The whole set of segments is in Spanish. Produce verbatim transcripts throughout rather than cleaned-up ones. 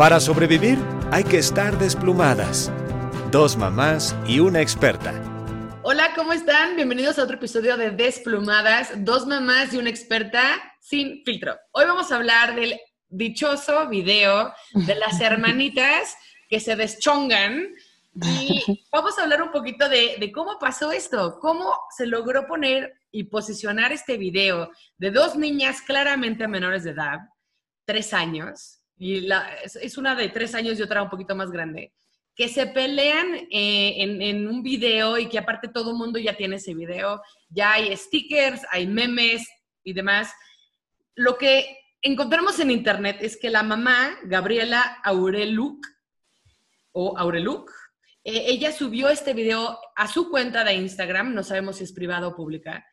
Para sobrevivir, hay que estar desplumadas. Dos mamás y una experta. Hola, ¿cómo están? Bienvenidos a otro episodio de Desplumadas, dos mamás y una experta sin filtro. Hoy vamos a hablar del dichoso video de las hermanitas que se deschongan y vamos a hablar un poquito de, de cómo pasó esto, cómo se logró poner y posicionar este video de dos niñas claramente menores de edad, tres años, y la, es, es una de tres años y otra un poquito más grande, que se pelean eh, en, en un video y que aparte todo el mundo ya tiene ese video, ya hay stickers, hay memes y demás. Lo que encontramos en internet es que la mamá, Gabriela Aureluk, o Aureluk, eh, ella subió este video a su cuenta de Instagram, no sabemos si es privada o pública,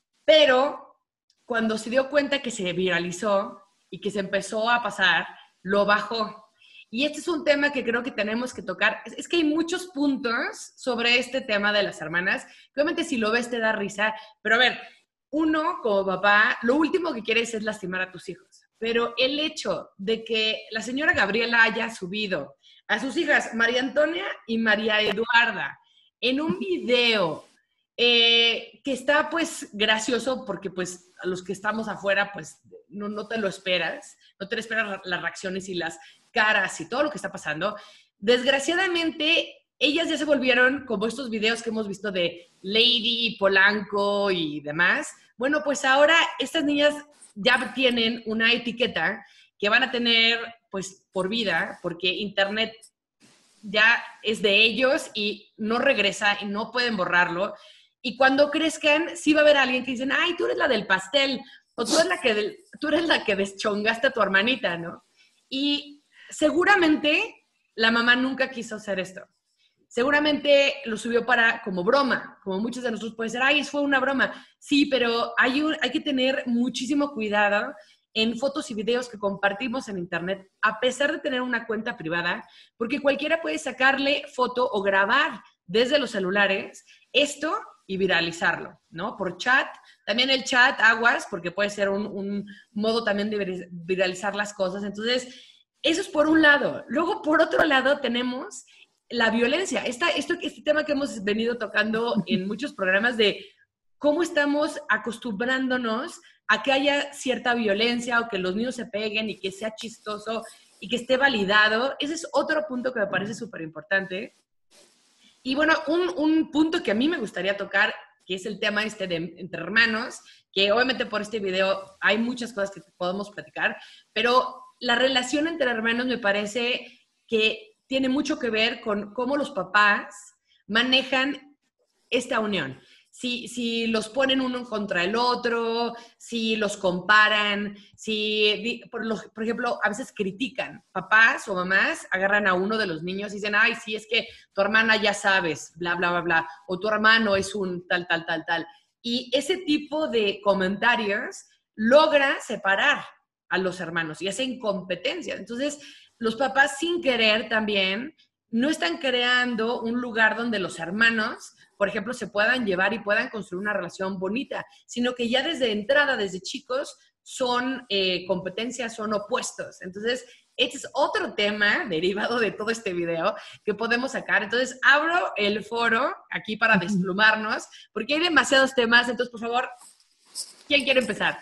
pero cuando se dio cuenta que se viralizó y que se empezó a pasar, lo bajó. Y este es un tema que creo que tenemos que tocar. Es, es que hay muchos puntos sobre este tema de las hermanas. Obviamente si lo ves te da risa, pero a ver, uno como papá, lo último que quieres es lastimar a tus hijos. Pero el hecho de que la señora Gabriela haya subido a sus hijas María Antonia y María Eduarda en un video eh, que está pues gracioso porque pues a los que estamos afuera pues no, no te lo esperas, no te esperas las reacciones y las caras y todo lo que está pasando. Desgraciadamente, ellas ya se volvieron como estos videos que hemos visto de Lady, Polanco y demás. Bueno, pues ahora estas niñas ya tienen una etiqueta que van a tener pues por vida, porque internet ya es de ellos y no regresa y no pueden borrarlo. Y cuando crezcan, sí va a haber alguien que dicen, ay, tú eres la del pastel, o tú eres la que, tú eres la que deschongaste a tu hermanita, ¿no? Y seguramente la mamá nunca quiso hacer esto. Seguramente lo subió para como broma, como muchos de nosotros pueden ser, ay, fue una broma. Sí, pero hay, un, hay que tener muchísimo cuidado en fotos y videos que compartimos en internet, a pesar de tener una cuenta privada, porque cualquiera puede sacarle foto o grabar desde los celulares esto y viralizarlo, ¿no? Por chat. También el chat, aguas, porque puede ser un, un modo también de viralizar las cosas. Entonces, eso es por un lado. Luego, por otro lado, tenemos la violencia. Esta, esto, este tema que hemos venido tocando en muchos programas de cómo estamos acostumbrándonos a que haya cierta violencia o que los niños se peguen y que sea chistoso y que esté validado. Ese es otro punto que me parece súper importante. Y bueno, un, un punto que a mí me gustaría tocar, que es el tema este de entre hermanos, que obviamente por este video hay muchas cosas que podemos platicar, pero la relación entre hermanos me parece que tiene mucho que ver con cómo los papás manejan esta unión. Si, si los ponen uno contra el otro, si los comparan, si, por, los, por ejemplo, a veces critican. Papás o mamás agarran a uno de los niños y dicen, ay, sí, es que tu hermana ya sabes, bla, bla, bla, bla, o tu hermano es un tal, tal, tal, tal. Y ese tipo de comentarios logra separar a los hermanos y hacen competencia. Entonces, los papás sin querer también no están creando un lugar donde los hermanos, por ejemplo, se puedan llevar y puedan construir una relación bonita, sino que ya desde entrada, desde chicos, son eh, competencias, son opuestos. Entonces, este es otro tema derivado de todo este video que podemos sacar. Entonces, abro el foro aquí para desplumarnos, porque hay demasiados temas. Entonces, por favor, ¿quién quiere empezar?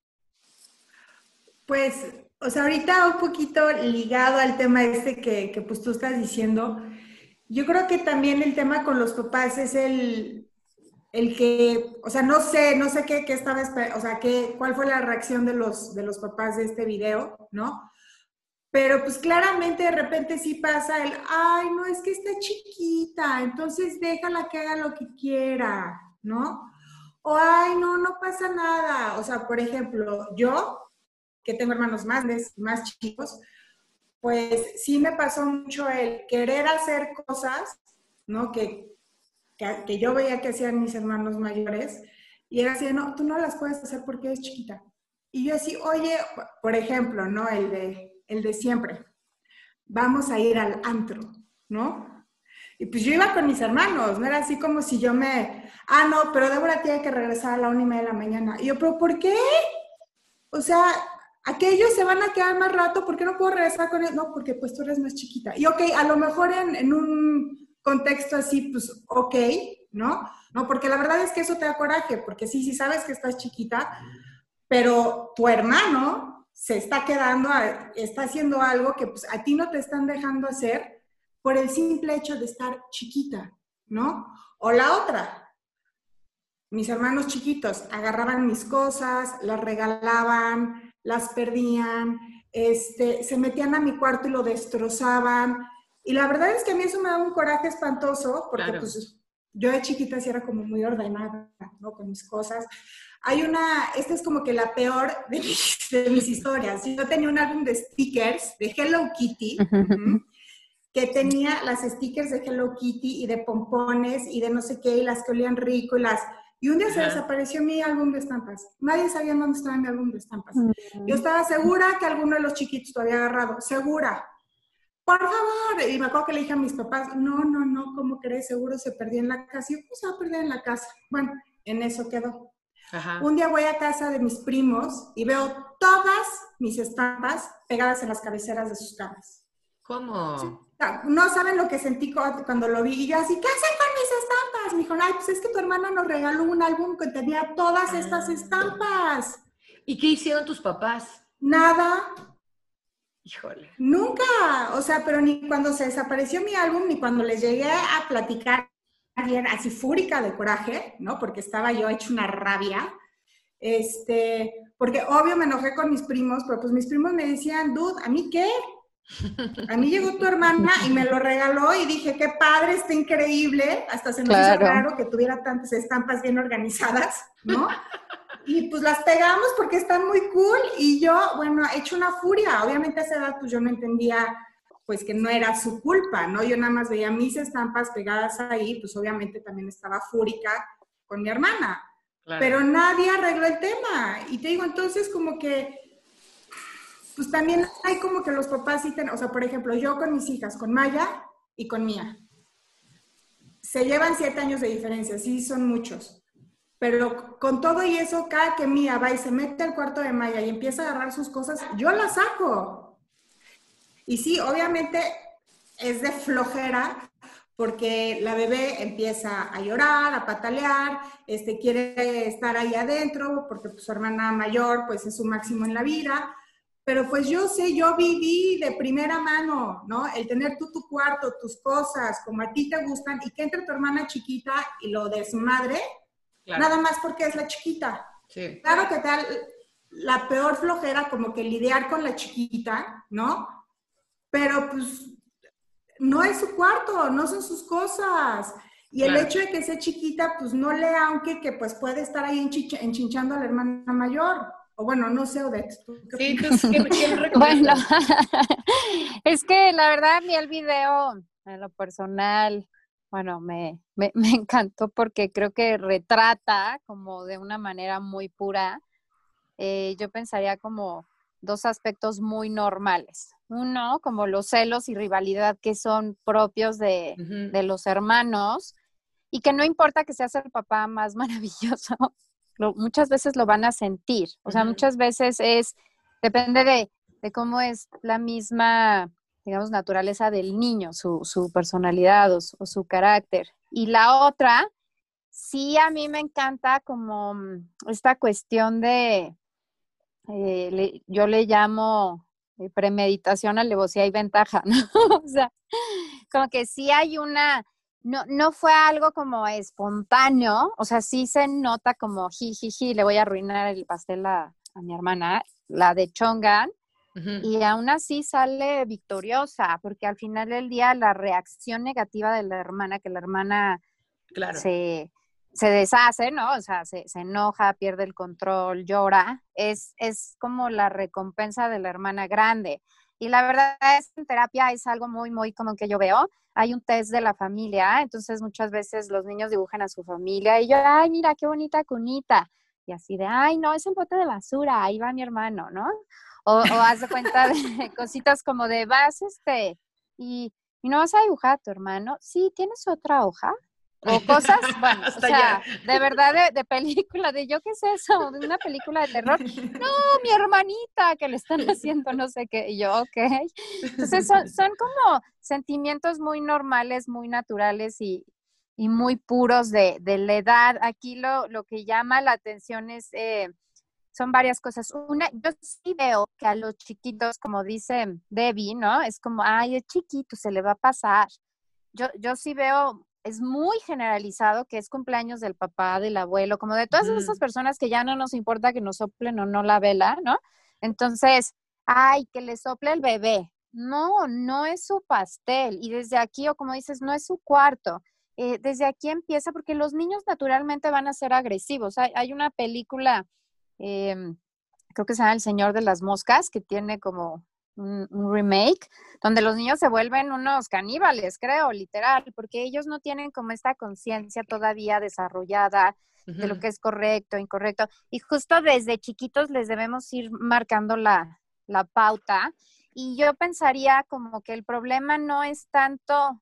Pues, o sea, ahorita un poquito ligado al tema este que, que pues tú estás diciendo, yo creo que también el tema con los papás es el, el que, o sea, no sé, no sé qué, qué estaba, o sea, qué, cuál fue la reacción de los, de los papás de este video, ¿no? Pero pues claramente de repente sí pasa el, ay, no, es que está chiquita, entonces déjala que haga lo que quiera, ¿no? O, ay, no, no pasa nada. O sea, por ejemplo, yo, que tengo hermanos más, más chicos, pues sí me pasó mucho el querer hacer cosas, ¿no? Que, que, que yo veía que hacían mis hermanos mayores, y era así, no, tú no las puedes hacer porque eres chiquita. Y yo así, oye, por ejemplo, ¿no? El de, el de siempre, vamos a ir al antro, ¿no? Y pues yo iba con mis hermanos, no era así como si yo me, ah, no, pero Débora tiene que regresar a la una y media de la mañana. Y yo, ¿pero por qué? O sea, aquellos se van a quedar más rato, ¿por qué no puedo regresar con ellos? No, porque pues tú eres más chiquita. Y ok, a lo mejor en, en un contexto así, pues ok, ¿no? No, porque la verdad es que eso te da coraje, porque sí, sí sabes que estás chiquita, pero tu hermano se está quedando, a, está haciendo algo que pues, a ti no te están dejando hacer por el simple hecho de estar chiquita, ¿no? O la otra, mis hermanos chiquitos agarraban mis cosas, las regalaban, las perdían, este, se metían a mi cuarto y lo destrozaban. Y la verdad es que a mí eso me da un coraje espantoso, porque claro. pues yo de chiquita sí era como muy ordenada, ¿no? Con mis cosas. Hay una, esta es como que la peor de mis, de mis historias. Yo tenía un álbum de stickers de Hello Kitty, uh-huh, que tenía las stickers de Hello Kitty y de pompones y de no sé qué, y las que olían rico, y las... Y un día uh-huh. se desapareció mi álbum de estampas. Nadie sabía dónde estaba mi álbum de estampas. Uh-huh. Yo estaba segura que alguno de los chiquitos lo había agarrado. Segura. Por favor. Y me acuerdo que le dije a mis papás, no, no, no, ¿cómo crees? Seguro se perdió en la casa. Y yo, ¿cómo se va a perder en la casa? Bueno, en eso quedó. Ajá. Un día voy a casa de mis primos y veo todas mis estampas pegadas en las cabeceras de sus camas. ¿Cómo? Sí. No saben lo que sentí cuando lo vi. Y yo así, ¿qué hacen con mis estampas? Me dijo, ay, pues es que tu hermana nos regaló un álbum que tenía todas ah. estas estampas. ¿Y qué hicieron tus papás? Nada. Híjole. Nunca. O sea, pero ni cuando se desapareció mi álbum, ni cuando les llegué a platicar bien, así fúrica de coraje, ¿no? Porque estaba yo hecho una rabia. Este, porque obvio me enojé con mis primos, pero pues mis primos me decían, dude, ¿a mí qué? A mí llegó tu hermana y me lo regaló y dije, qué padre, está increíble. Hasta se nos claro. hizo raro que tuviera tantas estampas bien organizadas, ¿no? Y pues las pegamos porque están muy cool. Y yo, bueno, he hecho una furia. Obviamente a esa edad pues yo no entendía pues que no era su culpa, ¿no? Yo nada más veía mis estampas pegadas ahí, pues obviamente también estaba fúrica con mi hermana. Claro. Pero nadie arregló el tema. Y te digo, entonces como que pues también hay como que los papás sí ten, o sea, por ejemplo, yo con mis hijas, con Maya y con Mía, se llevan siete años de diferencia, sí, son muchos, pero con todo y eso, cada que Mía va y se mete al cuarto de Maya y empieza a agarrar sus cosas, yo la saco. Y sí, obviamente es de flojera, porque la bebé empieza a llorar, a patalear, este, quiere estar ahí adentro, porque pues, su hermana mayor pues es su máximo en la vida. Pero pues yo sé, yo viví de primera mano, ¿no? El tener tú tu cuarto, tus cosas, como a ti te gustan, y que entre tu hermana chiquita y lo desmadre, claro. nada más porque es la chiquita. Sí. Claro que tal la peor flojera, como que lidiar con la chiquita, ¿no? Pero pues no es su cuarto, no son sus cosas. Y claro. el hecho de que sea chiquita, pues no le aunque que pues puede estar ahí enchicha, enchinchando a la hermana mayor. O bueno, no sé, Odette. Sí, pues, ¿qué, qué bueno, es que la verdad a mí el video, en lo personal, bueno, me, me, me encantó porque creo que retrata como de una manera muy pura, eh, yo pensaría como dos aspectos muy normales. Uno, como los celos y rivalidad que son propios de, uh-huh. de los hermanos y que no importa que seas el papá más maravilloso, Lo, muchas veces lo van a sentir, o sea, uh-huh. muchas veces es, depende de, de cómo es la misma, digamos, naturaleza del niño, su, su personalidad o su, o su carácter. Y la otra, sí a mí me encanta como esta cuestión de, eh, le, yo le llamo eh, premeditación, alevosía y ventaja, ¿no? O sea, como que sí hay una... No, no fue algo como espontáneo, o sea, sí se nota como jijiji, le voy a arruinar el pastel a, a mi hermana, la de Chongan, uh-huh. y aún así sale victoriosa, porque al final del día la reacción negativa de la hermana, que la hermana claro. se, se deshace, ¿no? O sea, se, se enoja, pierde el control, llora, es, es como la recompensa de la hermana grande. Y la verdad es que en terapia es algo muy, muy como que yo veo. Hay un test de la familia, entonces muchas veces los niños dibujan a su familia y yo, ay, mira, qué bonita cunita. Y así de, ay, no, es un bote de basura, ahí va mi hermano, ¿no? O, o haz de cuenta de cositas como de, vas, este, y, y no vas a dibujar a tu hermano. Sí, ¿tienes otra hoja? O cosas, bueno, o Hasta sea, ya. de verdad de, de película, de yo qué es eso, de una película de terror. No, mi hermanita, que le están haciendo no sé qué. Y yo, ok. Entonces son, son como sentimientos muy normales, muy naturales y, y muy puros de, de la edad. Aquí lo, lo que llama la atención es, eh, son varias cosas. Una, yo sí veo que a los chiquitos, como dice Debbie, ¿no? Es como, ay, es chiquito, se le va a pasar. Yo, yo sí veo, es muy generalizado que es cumpleaños del papá, del abuelo, como de todas esas Ujú. personas que ya no nos importa que nos soplen o no la vela, ¿no? Entonces, ay, que le sople el bebé. No, no es su pastel. Y desde aquí, o como dices, no es su cuarto. Eh, desde aquí empieza, porque los niños naturalmente van a ser agresivos. Hay, hay una película, eh, creo que se llama El Señor de las Moscas, que tiene como un, un remake, donde los niños se vuelven unos caníbales, creo, literal, porque ellos no tienen como esta conciencia todavía desarrollada de lo Ujú. que es correcto, incorrecto. Y justo desde chiquitos les debemos ir marcando la, la pauta. Y yo pensaría como que el problema no es tanto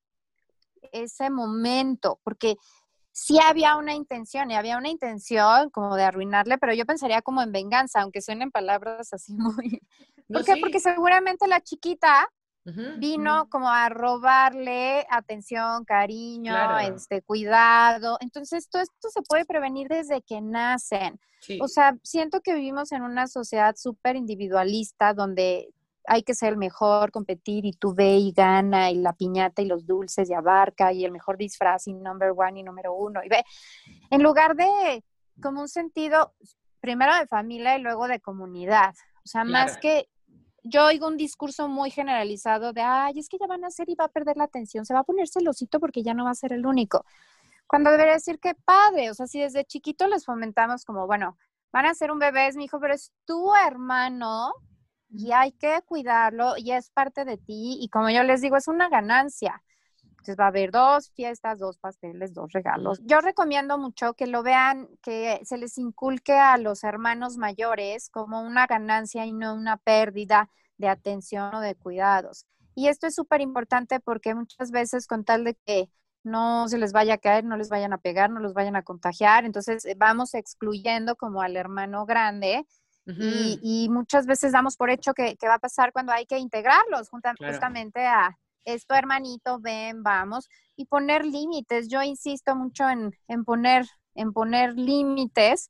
ese momento, porque sí había una intención, y había una intención como de arruinarle, pero yo pensaría como en venganza, aunque suenen palabras así muy... No, ¿Por qué? Porque sí. seguramente la chiquita Ujú. vino como a robarle atención, cariño, Claro. este, cuidado. Entonces, todo esto se puede prevenir desde que nacen. O Sí. sea, siento que vivimos en una sociedad súper individualista donde hay que ser el mejor, competir y tú ve y gana y la piñata y los dulces y abarca y el mejor disfraz y number one y número uno y ve. En lugar de como un sentido primero de familia y luego de comunidad. O sea, más Claro. que yo oigo un discurso muy generalizado de, ay, es que ya van a hacer y va a perder la atención, se va a poner celosito porque ya no va a ser el único. Cuando debería decir que padre, o sea, si desde chiquito les fomentamos como, bueno, van a ser un bebé, es mi hijo, pero es tu hermano y hay que cuidarlo y es parte de ti y como yo les digo, es una ganancia. Entonces va a haber dos fiestas, dos pasteles, dos regalos. Ujú. Yo recomiendo mucho que lo vean, que se les inculque a los hermanos mayores como una ganancia y no una pérdida de atención o de cuidados. Y esto es súper importante porque muchas veces con tal de que no se les vaya a caer, no les vayan a pegar, no los vayan a contagiar, entonces eh, vamos excluyendo como al hermano grande y, Ujú. y muchas veces damos por hecho que, que va a pasar cuando hay que integrarlos junta- Claro. justamente a esto, hermanito, ven, vamos, y poner límites. Yo insisto mucho en, en poner, en poner límites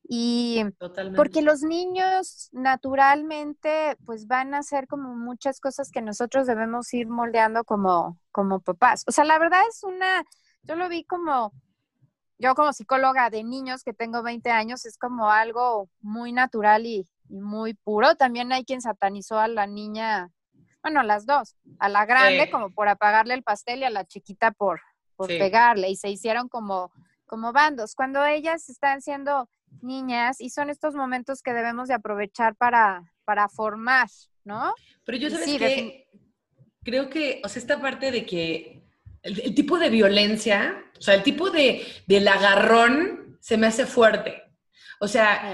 y porque Totalmente. los niños naturalmente pues van a hacer como muchas cosas que nosotros debemos ir moldeando como, como papás. O sea, la verdad es una, yo lo vi como yo como psicóloga de niños que tengo veinte años, es como algo muy natural y, y muy puro. También hay quien satanizó a la niña, bueno, a las dos, a la grande Sí. como por apagarle el pastel y a la chiquita por, por Sí. pegarle y se hicieron como, como bandos. Cuando ellas están siendo niñas y son estos momentos que debemos de aprovechar para, para formar, ¿no? Pero yo, Y ¿sabes sí, definitivamente. qué? Creo que, o sea, esta parte de que el, el tipo de violencia, o sea, el tipo de, del agarrón se me hace fuerte. O sea,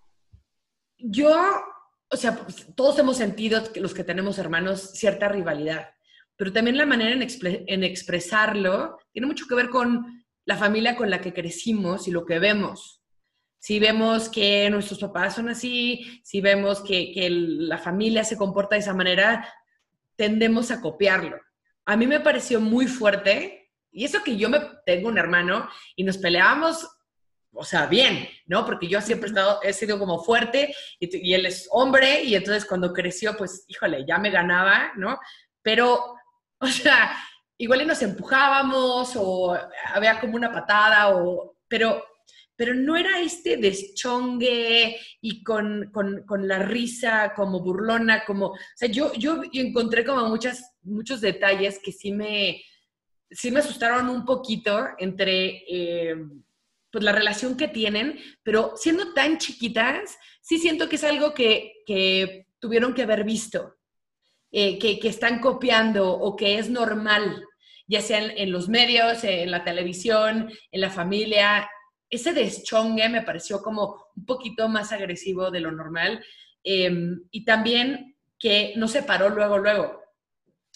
yo, o sea, pues, todos hemos sentido, que los que tenemos hermanos, cierta rivalidad, pero también la manera en, expre- en expresarlo tiene mucho que ver con la familia con la que crecimos y lo que vemos. Si vemos que nuestros papás son así, si vemos que, que el- la familia se comporta de esa manera, tendemos a copiarlo. A mí me pareció muy fuerte, y eso que yo me tengo un hermano y nos peleábamos, o sea, bien, ¿no? Porque yo siempre he, Ujú. estado, he sido como fuerte y, y él es hombre, y entonces cuando creció, pues, híjole, ya me ganaba, ¿no? Pero, o sea, igual y nos empujábamos o había como una patada, o, pero, pero no era este deschongue y con, con, con la risa como burlona, como, o sea, yo, yo encontré como muchas, muchos detalles que sí me, sí me asustaron un poquito entre eh, pues la relación que tienen, pero siendo tan chiquitas, sí siento que es algo que, que tuvieron que haber visto, eh, que, que están copiando o que es normal, ya sea en, en los medios, en la televisión, en la familia. Ese deschongue me pareció como un poquito más agresivo de lo normal, eh, y también que no se paró luego, luego.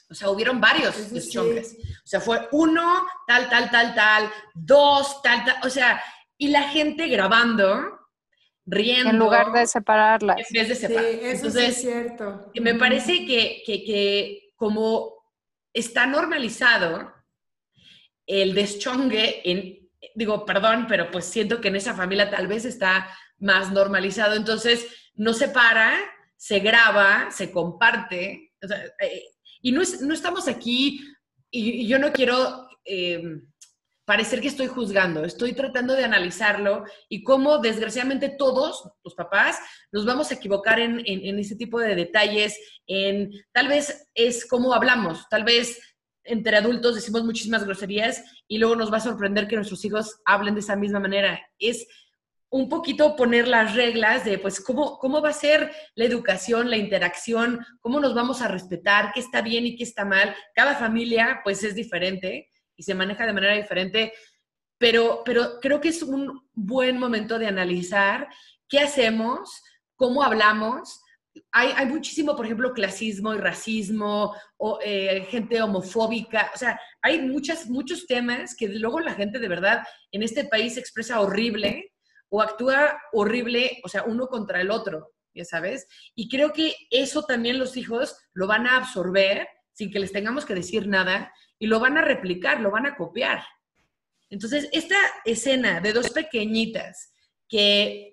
O sea, hubieron varios Eso deschongues. sí. O sea, fue uno, tal, tal, tal, tal, dos, tal, tal. O sea, y la gente grabando, En riendo, lugar de en separarlas. vez de Sí, separar. eso sí es Entonces, cierto. me Ujú. parece que, que, que como está normalizado el deschongue, en, digo, perdón, pero pues siento que en esa familia tal vez está más normalizado, entonces no se para, se graba, se comparte, o sea, eh, y no, es, no estamos aquí, y, y yo no quiero eh, parecer que estoy juzgando, estoy tratando de analizarlo y cómo desgraciadamente todos los papás nos vamos a equivocar en, en, en ese tipo de detalles, en tal vez es cómo hablamos, tal vez entre adultos decimos muchísimas groserías y luego nos va a sorprender que nuestros hijos hablen de esa misma manera. Es un poquito poner las reglas de, pues, cómo, cómo va a ser la educación, la interacción, cómo nos vamos a respetar, qué está bien y qué está mal. Cada familia, pues, es diferente y se maneja de manera diferente, pero, pero creo que es un buen momento de analizar qué hacemos, cómo hablamos. Hay, hay muchísimo, por ejemplo, clasismo y racismo, o eh, gente homofóbica, o sea, hay muchas, muchos temas que luego la gente de verdad en este país se expresa horrible o actúa horrible, o sea, uno contra el otro, ya sabes, y creo que eso también los hijos lo van a absorber sin que les tengamos que decir nada y lo van a replicar, lo van a copiar. Entonces, esta escena de dos pequeñitas que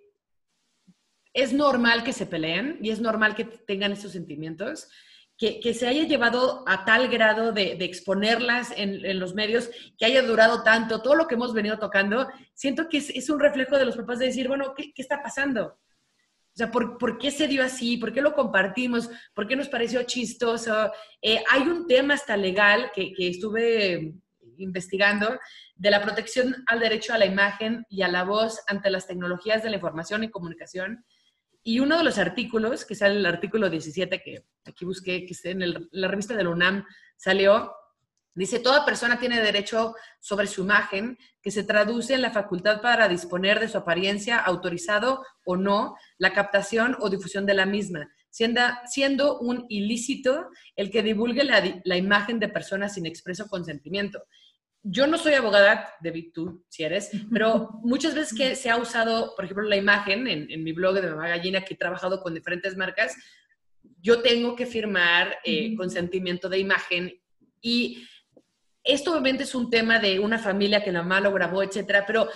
es normal que se peleen y es normal que tengan esos sentimientos, que, que se haya llevado a tal grado de, de exponerlas en, en, los medios, que haya durado tanto, todo lo que hemos venido tocando, siento que es, es un reflejo de los papás de decir, bueno, ¿qué, qué está pasando? O sea, ¿por, ¿por qué se dio así? ¿Por qué lo compartimos? ¿Por qué nos pareció chistoso? Eh, hay un tema hasta legal que, que estuve investigando de la protección al derecho a la imagen y a la voz ante las tecnologías de la información y comunicación. Y uno de los artículos, que sale el artículo diecisiete, que aquí busqué, que está en el, la revista de la UNAM, salió, dice, toda persona tiene derecho sobre su imagen, que se traduce en la facultad para disponer de su apariencia, autorizado o no, la captación o difusión de la misma, siendo, siendo un ilícito el que divulgue la, la imagen de personas sin expreso consentimiento. Yo no soy abogada, David, tú si eres, pero muchas veces que se ha usado, por ejemplo, la imagen en, en mi blog de Mamá Gallina, que he trabajado con diferentes marcas, yo tengo que firmar eh, consentimiento de imagen y esto obviamente es un tema de una familia que la mamá lo grabó, etcétera, pero,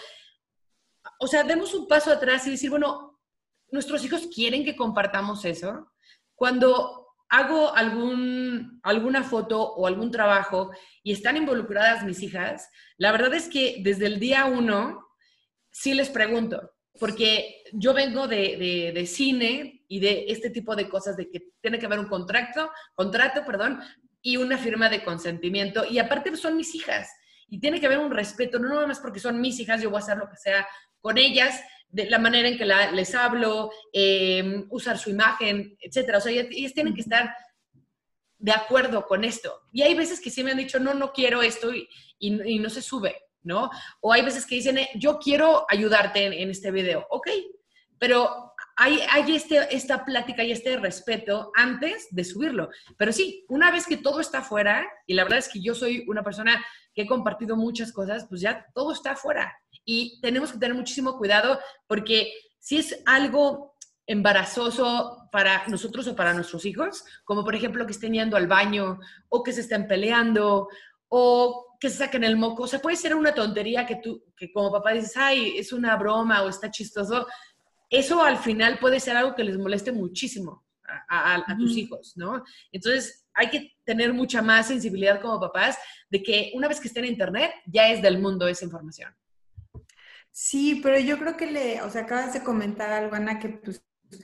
o sea, demos un paso atrás y decir, bueno, ¿nuestros hijos quieren que compartamos eso? Cuando hago algún, alguna foto o algún trabajo y están involucradas mis hijas, la verdad es que desde el día uno sí les pregunto, porque yo vengo de, de, de cine y de este tipo de cosas, de que tiene que haber un contrato, contrato, perdón, y una firma de consentimiento, y aparte son mis hijas, y tiene que haber un respeto, no nada más porque son mis hijas, yo voy a hacer lo que sea con ellas, de la manera en que la, les hablo, eh, usar su imagen, etcétera. O sea, ellas tienen que estar de acuerdo con esto. Y hay veces que sí me han dicho, no, no quiero esto y, y, y no se sube, ¿no? O hay veces que dicen, yo quiero ayudarte en, en este video. Ok, pero hay, hay este, esta plática y este respeto antes de subirlo. Pero sí, una vez que todo está afuera, y la verdad es que yo soy una persona que he compartido muchas cosas, pues ya todo está afuera. Y tenemos que tener muchísimo cuidado porque si es algo embarazoso para nosotros o para nuestros hijos, como por ejemplo que estén yendo al baño o que se estén peleando o que se saquen el moco, o sea, puede ser una tontería que tú, que como papá dices, ay, es una broma o está chistoso, eso al final puede ser algo que les moleste muchísimo a, a, a tus hijos, ¿no? Entonces hay que tener mucha más sensibilidad como papás de que una vez que esté en internet ya es del mundo esa información. Sí, pero yo creo que le, o sea, acabas de comentar algo, Ana, que pues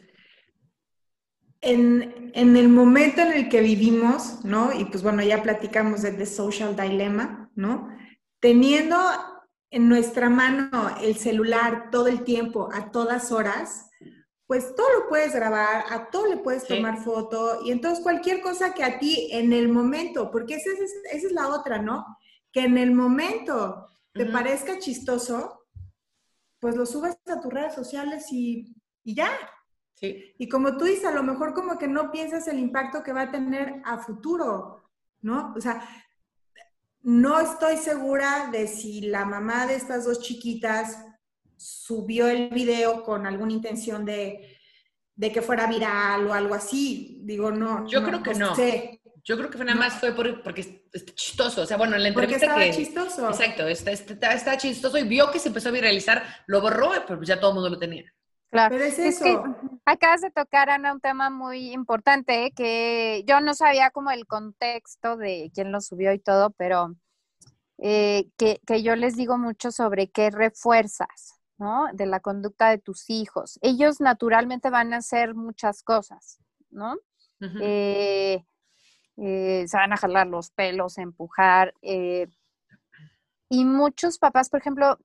en, en el momento en el que vivimos, ¿no? Y pues bueno, ya platicamos de The Social Dilemma, ¿no? Teniendo en nuestra mano el celular todo el tiempo, a todas horas, pues todo lo puedes grabar, a todo le puedes tomar sí. foto, y entonces cualquier cosa que a ti en el momento, porque esa es, esa es la otra, ¿no? Que en el momento te uh-huh. parezca chistoso, pues lo subes a tus redes sociales y, y ya. Sí. Y como tú dices, a lo mejor como que no piensas el impacto que va a tener a futuro. ¿no? O sea, no estoy segura de si la mamá de estas dos chiquitas subió el video con alguna intención de, de que fuera viral o algo así. Digo, no, Yo no, creo que no no. sé. Yo creo que nada No. más fue por, porque está chistoso. O sea, bueno, en la Porque entrevista estaba que... chistoso. Exacto, está, está, está chistoso y vio que se empezó a viralizar, lo borró, pero pues ya todo el mundo lo tenía. Claro. Pero es Es que eso. acabas de tocar, Ana, un tema muy importante que yo no sabía como el contexto de quién lo subió y todo, pero eh, que, que yo les digo mucho sobre qué refuerzas, ¿no? De la conducta de tus hijos. Ellos naturalmente van a hacer muchas cosas, ¿no? Ujú. Eh, eh, se van a jalar los pelos, empujar. Eh, y muchos papás, por ejemplo,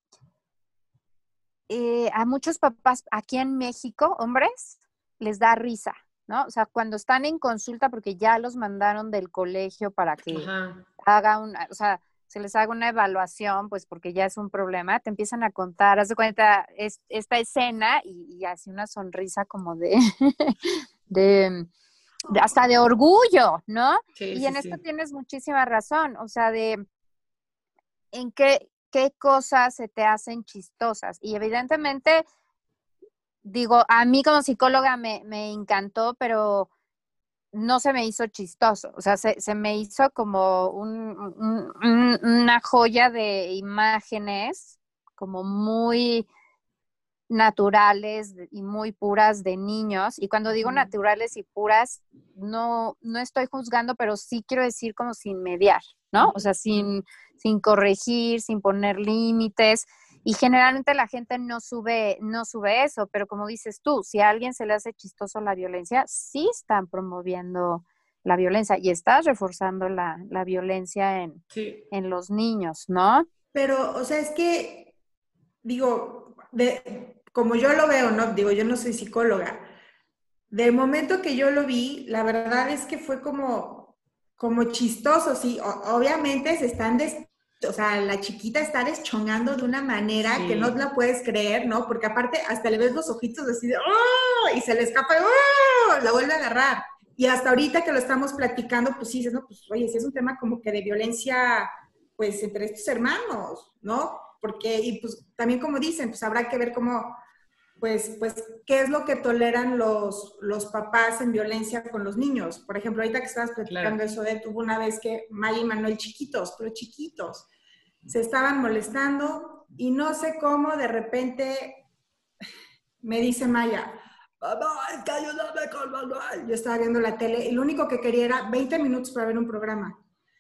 eh, a muchos papás aquí en México, hombres, les da risa, ¿no? O sea, cuando están en consulta porque ya los mandaron del colegio para que Ajá. haga una, o sea, se les haga una evaluación, pues porque ya es un problema, te empiezan a contar, haz de cuenta es, esta escena y, y así una sonrisa como de, de, de, hasta de orgullo, ¿no? Sí, Y sí, en esto sí. tienes muchísima razón, o sea, de en qué, qué cosas se te hacen chistosas. Y evidentemente, digo, a mí como psicóloga me, me encantó, pero no se me hizo chistoso. O sea, se, se me hizo como un, un, un, una joya de imágenes, como muy naturales y muy puras de niños. Y cuando digo naturales y puras, no, no estoy juzgando, pero sí quiero decir como sin mediar, ¿no? O sea, sin, sin corregir, sin poner límites. Y generalmente la gente no sube, no sube eso, pero como dices tú, si a alguien se le hace chistoso la violencia, sí están promoviendo la violencia y estás reforzando la, la violencia en, Sí. en los niños, ¿no? Pero, o sea, es que, digo, de, como yo lo veo, ¿no? Digo, yo no soy psicóloga. Del momento que yo lo vi, la verdad es que fue como, como chistoso, sí. O, obviamente se están, des, o sea, la chiquita está deschongando de una manera Sí. que no la puedes creer, ¿no? Porque aparte hasta le ves los ojitos así de, ¡oh! Y se le escapa, ¡oh! La vuelve a agarrar. Y hasta ahorita que lo estamos platicando, pues sí, dices, no, pues oye, sí es un tema como que de violencia, pues entre estos hermanos, ¿no? Porque, y pues también como dicen, pues habrá que ver cómo pues, pues, ¿qué es lo que toleran los, los papás en violencia con los niños? Por ejemplo, ahorita que estabas platicando Claro. eso de, tuvo una vez que Maya y Manuel chiquitos, pero chiquitos, se estaban molestando y no sé cómo de repente me dice Maya, mamá, es que ayúdame con Manuel. Yo estaba viendo la tele y lo único que quería era veinte minutos para ver un programa.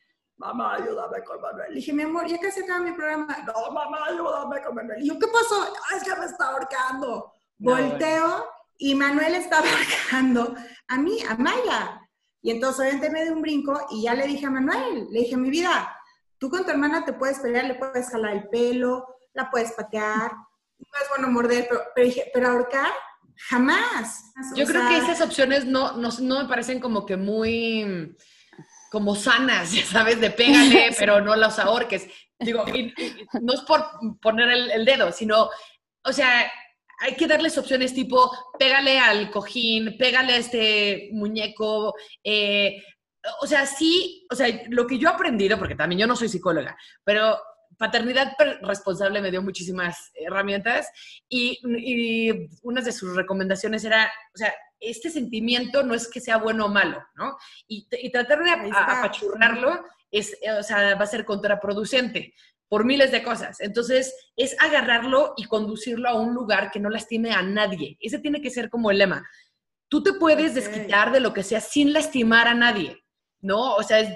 Mamá, ayúdame con Manuel. Le dije, mi amor, ya casi acaba mi programa. No, mamá, ayúdame con Manuel. Y yo, ¿qué pasó? Ah, es que me está ahorcando. No, Volteo bueno. y Manuel estaba ahorcando a mí, a Maya. Y entonces obviamente me di un brinco y ya le dije a Manuel, le dije, mi vida, tú con tu hermana te puedes pelear, le puedes jalar el pelo, la puedes patear, no es bueno morder, pero, pero dije, pero ahorcar, jamás. Yo O creo que sea, esas opciones no, no, no me parecen como que muy como sanas, ya sabes, de pégale, pero no los ahorques. Digo, y, y, no es por poner el, el dedo, sino, o sea, hay que darles opciones tipo, pégale al cojín, pégale a este muñeco, eh, o sea, sí, o sea, lo que yo he aprendido, porque también yo no soy psicóloga, pero Paternidad Responsable me dio muchísimas herramientas y, y una de sus recomendaciones era, o sea, este sentimiento no es que sea bueno o malo, ¿no? Y, y tratar de a, apachurrarlo es, o sea, va a ser contraproducente por miles de cosas. Entonces, es agarrarlo y conducirlo a un lugar que no lastime a nadie. Ese tiene que ser como el lema. Tú te puedes okay. desquitar de lo que sea sin lastimar a nadie, ¿no? O sea, es,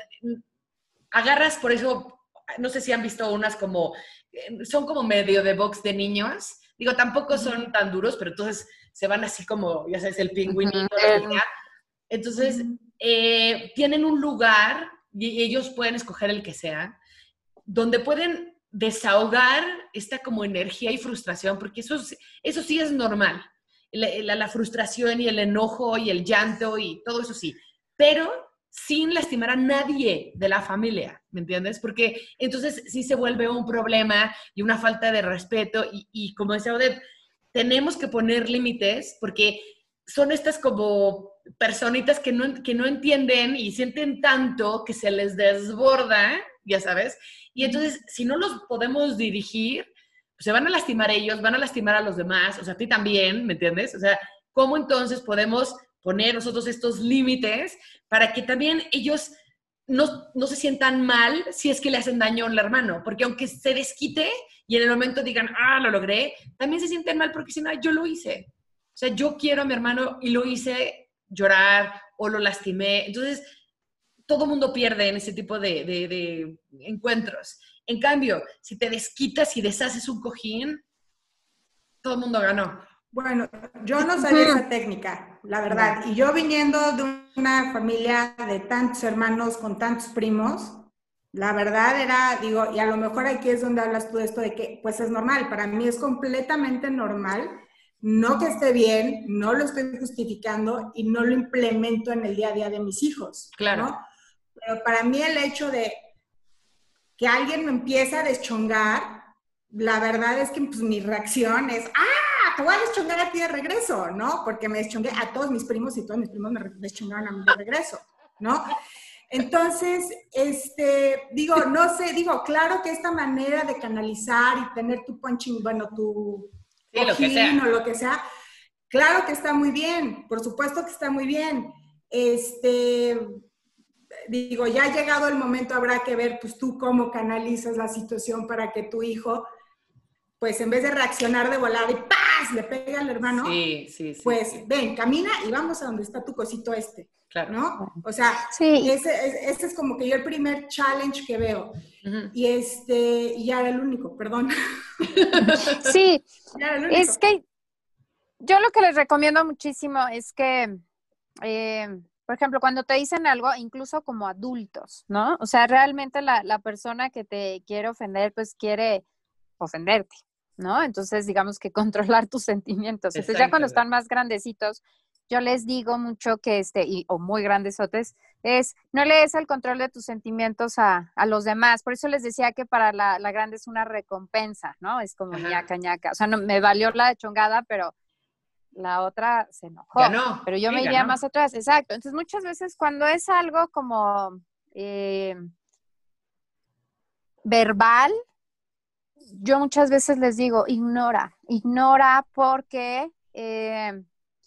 agarras, por eso, no sé si han visto unas como, son como medio de box de niños. Digo, tampoco son tan duros, pero entonces se van así como, ya sabes, el pingüinito, lo que sea. Entonces, eh, tienen un lugar, y ellos pueden escoger el que sea, donde pueden desahogar esta como energía y frustración, porque eso, eso sí es normal. La, la, la frustración y el enojo y el llanto y todo eso sí. Pero sin lastimar a nadie de la familia, ¿me entiendes? Porque entonces sí se vuelve un problema y una falta de respeto y, y como decía Odette, tenemos que poner límites porque son estas como personitas que no, que no entienden y sienten tanto que se les desborda, ya sabes, y entonces si no los podemos dirigir, pues se van a lastimar ellos, van a lastimar a los demás, o sea, a ti también, ¿me entiendes? O sea, ¿cómo entonces podemos poner nosotros estos límites para que también ellos no, no se sientan mal si es que le hacen daño al hermano? Porque aunque se desquite y en el momento digan, ah, lo logré, también se sienten mal porque si no, yo lo hice. O sea, yo quiero a mi hermano y lo hice llorar o lo lastimé. Entonces, todo mundo pierde en ese tipo de, de, de encuentros. En cambio, si te desquitas y deshaces un cojín, todo el mundo ganó. Bueno, yo no sabía esa técnica, la verdad. Y yo viniendo de una familia de tantos hermanos con tantos primos, la verdad era, digo, y a lo mejor aquí es donde hablas tú de esto de que, pues es normal, para mí es completamente normal, no que esté bien, no lo estoy justificando y no lo implemento en el día a día de mis hijos, claro, ¿no? Pero para mí el hecho de que alguien me empieza a deschongar, la verdad es que pues, mi reacción es, ¡ah! Te voy a deschongar a ti de regreso, ¿no? Porque me deschongué a todos mis primos y todos mis primos me deschongaron a mí de regreso, ¿no? Entonces, este, digo, no sé, digo, claro que esta manera de canalizar y tener tu punching, bueno, tu sí, lo que sea. o lo que sea, claro que está muy bien, por supuesto que está muy bien. Este, digo, ya ha llegado el momento, habrá que ver, pues tú cómo canalizas la situación para que tu hijo, pues en vez de reaccionar de volada y ¡paz! Le pega al hermano, sí, sí, sí, pues sí. ven, camina y vamos a donde está tu cosito este. Claro. ¿No? O sea, sí. ese, ese es como que yo el primer challenge que veo. Uh-huh. Y este, y ya era el único, perdón. Sí, ya era el único. Es que yo lo que les recomiendo muchísimo es que, eh, por ejemplo, cuando te dicen algo, incluso como adultos, ¿no? O sea, realmente la, la persona que te quiere ofender, pues quiere ofenderte, ¿no? Entonces, digamos que controlar tus sentimientos. Exacto. Entonces, ya cuando están más grandecitos, yo les digo mucho que, este, y, o muy grandesotes, es no le des el control de tus sentimientos a, a los demás. Por eso les decía que para la, la grande es una recompensa, ¿no? Es como Ajá. ñaca, ñaca. O sea, no, me valió la chongada, pero la otra se enojó. Ganó. Pero yo sí, me ganó. iría más atrás, exacto. Entonces, muchas veces cuando es algo como eh, verbal, yo muchas veces les digo, ignora, ignora porque... Eh,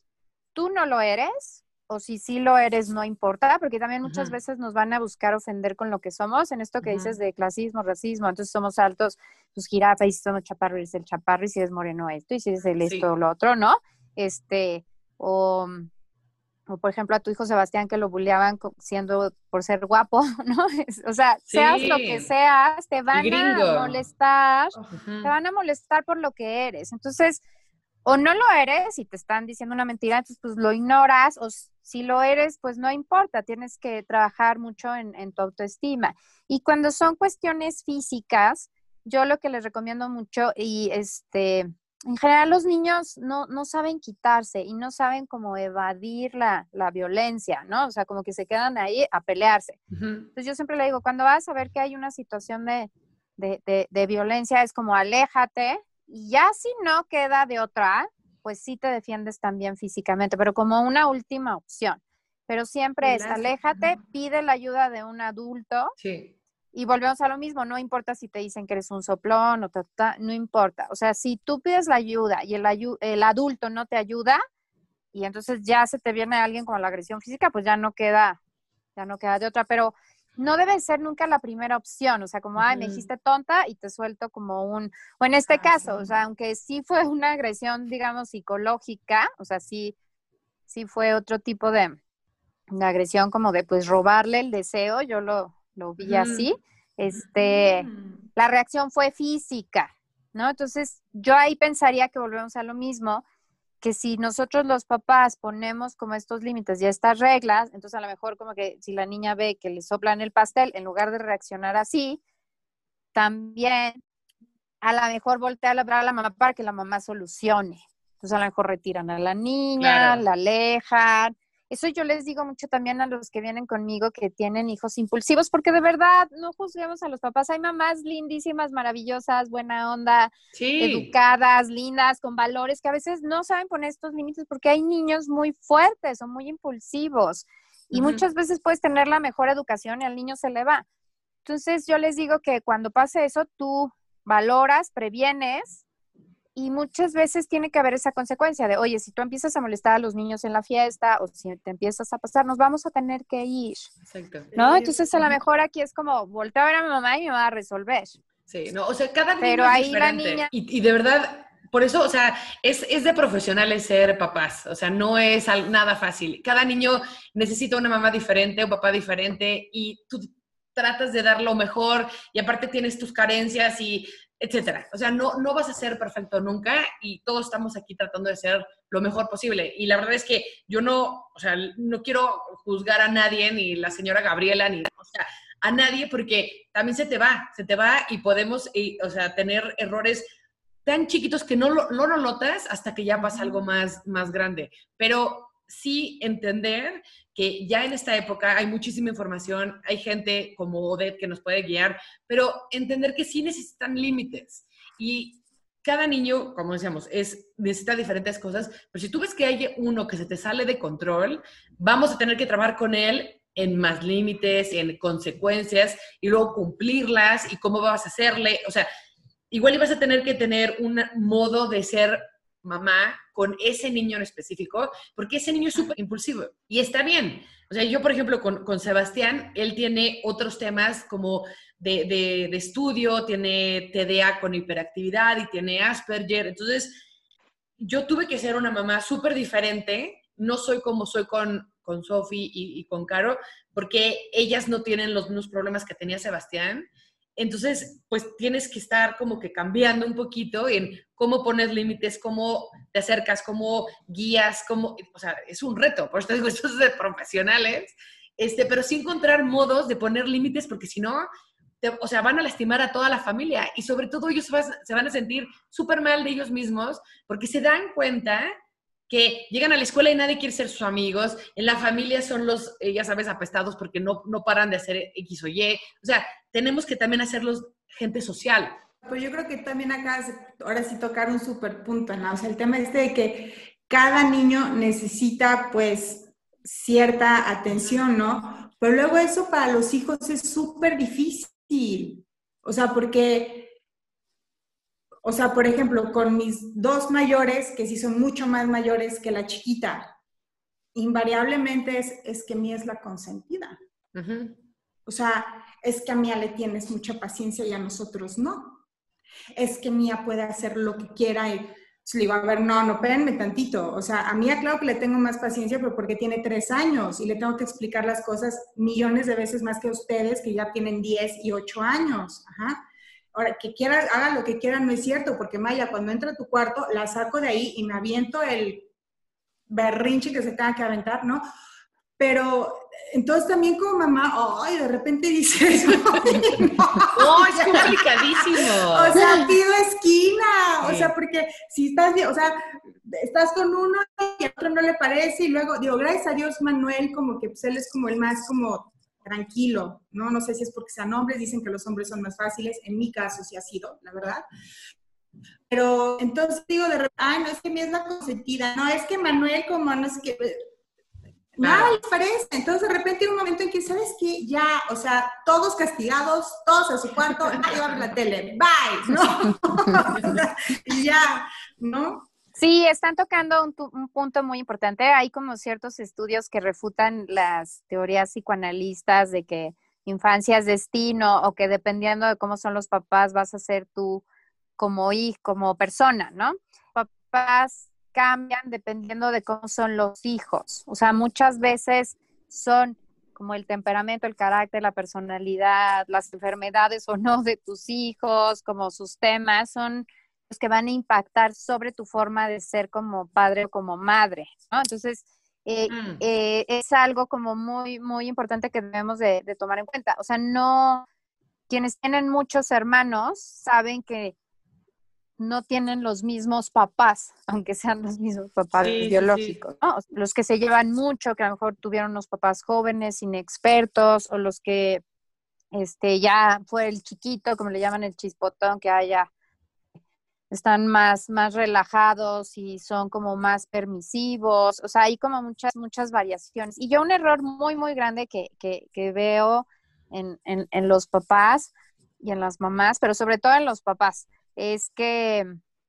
tú no lo eres, o si sí lo eres, no importa, porque también muchas uh-huh. veces nos van a buscar ofender con lo que somos, en esto que uh-huh. dices de clasismo, racismo, entonces somos altos, pues jirafa, y si somos chaparro, eres el chaparro, y si eres moreno esto, y si eres el esto o sí. lo otro, ¿no? Este, o, o por ejemplo a tu hijo Sebastián que lo bulleaban siendo, por ser guapo, ¿no? O sea, sí. seas lo que seas, te van a molestar, uh-huh. te van a molestar por lo que eres, entonces... O no lo eres y te están diciendo una mentira, entonces pues lo ignoras, o si lo eres, pues no importa, tienes que trabajar mucho en, en tu autoestima. Y cuando son cuestiones físicas, yo lo que les recomiendo mucho, y este, en general los niños no, no saben quitarse y no saben cómo evadir la, la violencia, ¿no? O sea, como que se quedan ahí a pelearse. Uh-huh. Entonces yo siempre le digo, cuando vas a ver que hay una situación de, de, de, de violencia, es como aléjate. Y ya si no queda de otra, pues sí te defiendes también físicamente, pero como una última opción. Pero siempre es, aléjate, pide la ayuda de un adulto. Sí. Y volvemos a lo mismo, no importa si te dicen que eres un soplón o ta, ta, no importa. O sea, si tú pides la ayuda y el, ayu- el adulto no te ayuda, y entonces ya se te viene alguien con la agresión física, pues ya no queda, ya no queda de otra. Pero no debe ser nunca la primera opción, o sea, como, ay, me dijiste tonta y te suelto como un, o en este ah, caso, sí. o sea, aunque sí fue una agresión, digamos, psicológica, o sea, sí, sí fue otro tipo de, de agresión, como de, pues, robarle el deseo, yo lo, lo vi uh-huh. así, este, uh-huh. la reacción fue física, ¿no? Entonces, yo ahí pensaría que volvemos a lo mismo, que si nosotros los papás ponemos como estos límites y estas reglas, entonces a lo mejor como que si la niña ve que le soplan el pastel, en lugar de reaccionar así, también a lo mejor voltea a hablar a la mamá para que la mamá solucione. Entonces a lo mejor retiran a la niña, claro. la alejan, Eso yo les digo mucho también a los que vienen conmigo que tienen hijos impulsivos, porque de verdad no juzguemos a los papás. Hay mamás lindísimas, maravillosas, buena onda, Sí. educadas, lindas, con valores, que a veces no saben poner estos límites porque hay niños muy fuertes o muy impulsivos. Y Ujú. muchas veces puedes tener la mejor educación y al niño se le va. Entonces yo les digo que cuando pase eso, tú valoras, previenes, y muchas veces tiene que haber esa consecuencia de, oye, si tú empiezas a molestar a los niños en la fiesta o si te empiezas a pasar, nos vamos a tener que ir, Exacto. ¿no? Entonces a lo mejor aquí es como volteo a ver a mi mamá y me va a resolver. Sí, no, o sea, cada niño Pero es ahí la diferente. niña- Y, y de verdad, por eso, o sea, es, es de profesionales ser papás. O sea, no es al- nada fácil. Cada niño necesita una mamá diferente, un papá diferente, y tú tratas de dar lo mejor, y aparte tienes tus carencias y etcétera. O sea, no, no vas a ser perfecto nunca, y todos estamos aquí tratando de ser lo mejor posible. Y la verdad es que yo no, o sea, no quiero juzgar a nadie, ni la señora Gabriela, ni, o sea, a nadie, porque también se te va, se te va y podemos, y, o sea, tener errores tan chiquitos que no lo, no lo notas hasta que ya pasa algo más, más grande. Pero sí entender que ya en esta época hay muchísima información, hay gente como Odette que nos puede guiar, pero entender que sí necesitan límites. Y cada niño, como decíamos, es, necesita diferentes cosas, pero si tú ves que hay uno que se te sale de control, vamos a tener que trabajar con él en más límites, en consecuencias, y luego cumplirlas, y cómo vas a hacerle. O sea, igual ibas a tener que tener un modo de ser mamá con ese niño en específico, porque ese niño es súper impulsivo y está bien. O sea, yo, por ejemplo, con, con Sebastián, él tiene otros temas como de, de, de estudio, tiene T D A con hiperactividad y tiene Asperger. Entonces, yo tuve que ser una mamá súper diferente. No soy como soy con, con Sofi y, y con Caro, porque ellas no tienen los mismos problemas que tenía Sebastián. Entonces, pues tienes que estar como que cambiando un poquito en cómo pones límites, cómo te acercas, cómo guías, cómo, o sea, es un reto, por eso te digo, esto es de profesionales, este, pero sí encontrar modos de poner límites, porque si no, te, o sea, van a lastimar a toda la familia, y sobre todo ellos se, vas, se van a sentir súper mal de ellos mismos, porque se dan cuenta que llegan a la escuela y nadie quiere ser sus amigos, en la familia son los, eh, ya sabes, apestados porque no, no paran de hacer X o Y. O sea, tenemos que también hacerlos gente social. Pues yo creo que también acá, ahora sí tocar un súper punto, ¿no? O sea, el tema este de que cada niño necesita, pues, cierta atención, ¿no? Pero luego eso para los hijos es súper difícil. O sea, porque... O sea, por ejemplo, con mis dos mayores, que sí son mucho más mayores que la chiquita, invariablemente es, es que Mía es la consentida. Uh-huh. O sea, es que a Mía le tienes mucha paciencia y a nosotros no. Es que Mía puede hacer lo que quiera y le digo, a ver, no, no, espérenme tantito. O sea, a Mía claro que le tengo más paciencia, pero porque tiene tres años y le tengo que explicar las cosas millones de veces más que a ustedes que ya tienen diez y ocho años. Ajá. Ahora, que quiera, haga lo que quiera, no es cierto, porque Maya, cuando entra a tu cuarto, la saco de ahí y me aviento el berrinche que se tenga que aventar, ¿no? Pero, entonces también como mamá, ay, de repente dices, no, oh, es complicadísimo. O sea, pido esquina, sí. O sea, porque si estás, o sea, estás con uno y al otro no le parece, y luego, digo, gracias a Dios, Manuel, como que pues él es como el más como tranquilo, ¿no? No sé si es porque sean hombres, dicen que los hombres son más fáciles, en mi caso sí ha sido, la verdad. Pero entonces digo de repente, ay, no, es que mi es la consentida, no, es que Manuel como no es que... Nada les parece. Entonces de repente hay un momento en que, ¿sabes qué? Ya, o sea, todos castigados, todos a su cuarto, ahí va a ver la tele, bye, ¿no? Y ya, ¿no? Sí, están tocando un, un punto muy importante. Hay como ciertos estudios que refutan las teorías psicoanalistas de que infancia es destino o que dependiendo de cómo son los papás vas a ser tú como hijo, como persona, ¿no? Papás cambian dependiendo de cómo son los hijos. O sea, muchas veces son como el temperamento, el carácter, la personalidad, las enfermedades o no de tus hijos, como sus temas, son los que van a impactar sobre tu forma de ser como padre o como madre, ¿no? Entonces, eh, mm. eh, es algo como muy, muy importante que debemos de, de tomar en cuenta. O sea, no, quienes tienen muchos hermanos saben que no tienen los mismos papás, aunque sean los mismos papás Sí, biológicos, sí, ¿no? Los que se llevan mucho, que a lo mejor tuvieron unos papás jóvenes, inexpertos, o los que este, ya fue el chiquito, como le llaman el chispotón, que haya están más, más relajados y son como más permisivos, o sea, hay como muchas, muchas variaciones. Y yo un error muy, muy grande que, que, que veo en, en, en los papás y en las mamás, pero sobre todo en los papás, es que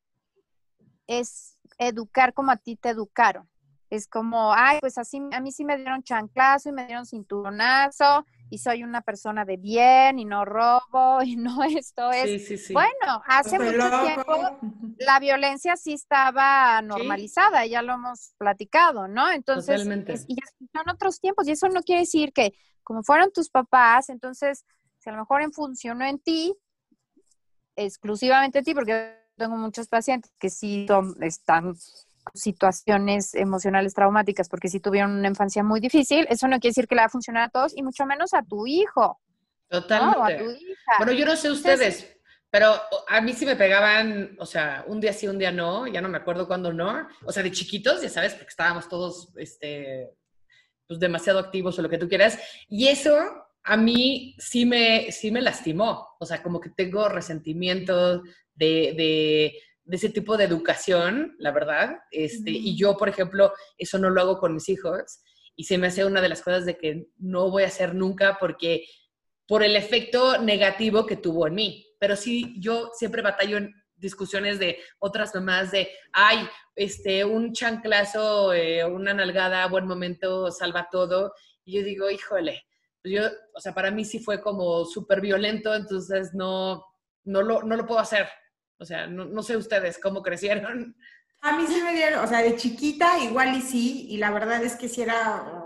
es educar como a ti te educaron. Es como, ay, pues así, a mí sí me dieron chanclazo y me dieron cinturonazo y soy una persona de bien y no robo y no esto es. sí, sí, sí. Bueno, hace Estoy mucho tiempo loco. la violencia sí estaba Sí, normalizada, ya lo hemos platicado, ¿no? Entonces, es, totalmente. y son otros tiempos y eso no quiere decir que como fueron tus papás, entonces, si a lo mejor funcionó en ti, exclusivamente en ti, porque tengo muchos pacientes que sí son, están situaciones emocionales traumáticas porque sí tuvieron una infancia muy difícil, eso no quiere decir que le va a funcionar a todos y mucho menos a tu hijo, ¿no? O a tu Totalmente. hija. Bueno, yo no sé Entonces, ustedes, pero a mí sí me pegaban, o sea, un día sí, un día no, ya no me acuerdo cuándo no. O sea, de chiquitos, ya sabes, porque estábamos todos, este, pues demasiado activos o lo que tú quieras. Y eso a mí sí me, sí me lastimó. O sea, como que tengo resentimiento de, de, de ese tipo de educación, la verdad. Este, y yo, por ejemplo, eso no lo hago con mis hijos. Y se me hace una de las cosas de que no voy a hacer nunca porque por el efecto negativo que tuvo en mí. Pero sí, yo siempre batallo en discusiones de otras mamás de, ay, este, un chanclazo, eh, una nalgada, buen momento, salva todo. Y yo digo, híjole, pues yo, o sea, para mí sí fue como súper violento, entonces no, no, lo, no lo puedo hacer. O sea, no, no sé ustedes cómo crecieron. A mí sí me dieron, o sea, de chiquita igual y sí, y la verdad es que sí era,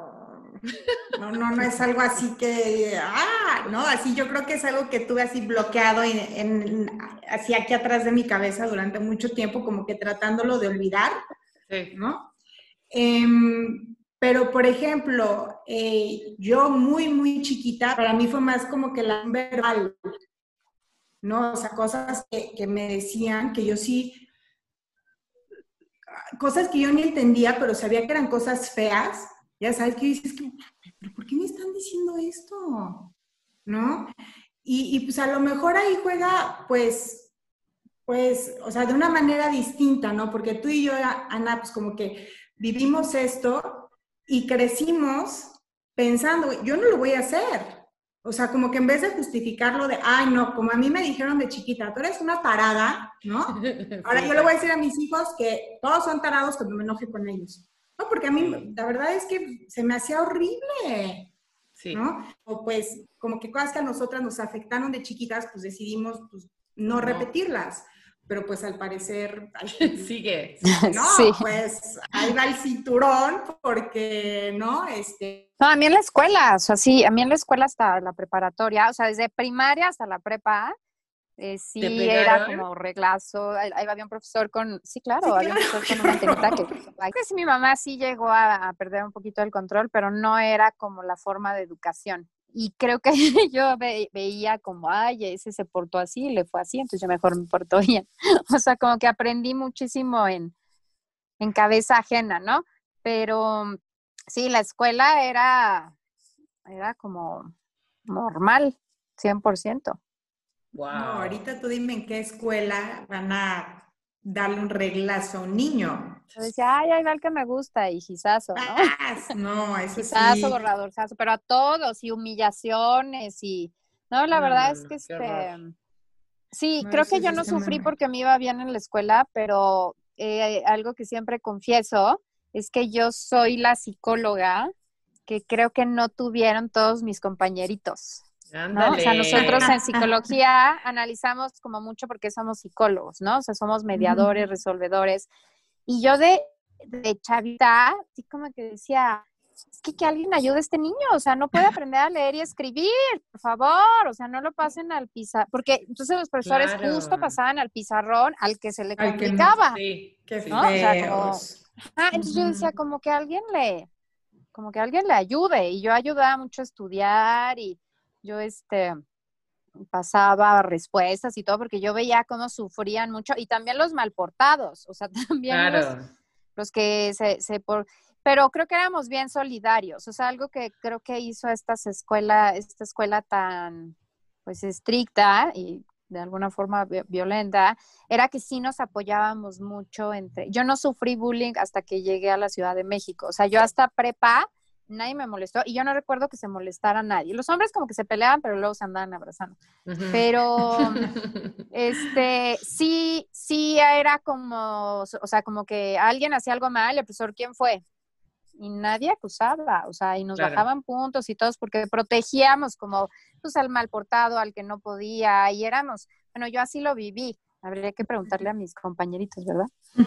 no, no, no es algo así que, ah, no, así yo creo que es algo que tuve así bloqueado en, en, así aquí atrás de mi cabeza durante mucho tiempo, como que tratándolo de olvidar, Sí. ¿no? Eh, pero, por ejemplo, eh, yo muy, muy chiquita, para mí fue más como que la verbal, ¿no? O sea, cosas que, que me decían que yo sí, cosas que yo ni entendía, pero sabía que eran cosas feas, ya sabes, que dices, que, ¿pero por qué me están diciendo esto? ¿No? Y, y pues a lo mejor ahí juega, pues, pues, o sea, de una manera distinta, ¿no? Porque tú y yo, Ana, pues como que vivimos esto y crecimos pensando, yo no lo voy a hacer. O sea, como que en vez de justificarlo de, ay, no, como a mí me dijeron de chiquita, tú eres una tarada, ¿no? Ahora Sí, yo le voy a exacto. decir a mis hijos que todos son tarados cuando me enoje con ellos. No, porque a mí Sí, la verdad es que se me hacía horrible, sí. ¿no? O pues como que cosas que a nosotras nos afectaron de chiquitas, pues decidimos pues, no No. repetirlas. Pero pues al parecer hay quien Sigue, dice, sigue. no, sí. pues ahí va el cinturón porque, ¿no? Este... No, a mí en la escuela, o sea, sí, a mí en la escuela hasta la preparatoria, o sea, desde primaria hasta la prepa, eh, ¿Te sí era pegaron? como reglazo, ahí, ahí había un profesor con, sí, Sí, claro, había un claro, profesor con una antenita que, claro. ay, que sí, mi mamá sí llegó a, a perder un poquito el control, pero no era como la forma de educación. Y creo que yo ve, veía como, ay, ese se portó así, le fue así, entonces yo mejor me porto bien. O sea, como que aprendí muchísimo en, en cabeza ajena, ¿no? Pero sí, la escuela era, era como normal, cien por ciento. No, Wow. ahorita tú dime en qué escuela van a darle un reglazo a un niño. Yo decía, ay, ahí va el que me gusta, y gizazo, ¿no? ¡Paz! No, eso Gizazo, sí. borradorzazo, pero a todos, y humillaciones, y no, la No, verdad no, es que no, qué horror. este, sí, No, creo eso que sí yo no está muy sufrí mal. porque me iba bien en la escuela, pero eh, algo que siempre confieso es que yo soy la psicóloga que creo que no tuvieron todos mis compañeritos, ¿no? O sea, nosotros en Ándale. psicología analizamos como mucho porque somos psicólogos, ¿no? O sea, somos mediadores, resolvedores. Y yo de, de chavita, así como que decía, es que que alguien ayude a este niño, o sea, no puede aprender a leer y escribir, por favor, o sea, no lo pasen al pizarrón, porque entonces los profesores justo Claro. pasaban al pizarrón al que se le Ay, que no. complicaba, Sí, Qué sí, ¿no? O sí. sea, como, feos. ah, entonces yo decía, Ujú. como que alguien le, como que alguien le ayude, y yo ayudaba mucho a estudiar, y yo, este, pasaba respuestas y todo, porque yo veía cómo sufrían mucho, y también los malportados, o sea, también Claro. los, los que se, se por, pero creo que éramos bien solidarios, o sea, algo que creo que hizo esta escuela, esta escuela tan, pues, estricta y de alguna forma vi- violenta, era que sí nos apoyábamos mucho entre, yo no sufrí bullying hasta que llegué a la Ciudad de México, o sea, yo hasta prepa, nadie me molestó, y yo no recuerdo que se molestara a nadie. Los hombres como que se peleaban, pero luego se andaban abrazando. Ujú. Pero, este, sí, sí era como, o sea, como que alguien hacía algo mal, el profesor, ¿quién fue? Y nadie acusaba, o sea, y nos Claro. bajaban puntos y todos, porque protegíamos como, pues, al mal portado, al que no podía, y éramos, bueno, yo así lo viví. Habría que preguntarle a mis compañeritos, ¿verdad?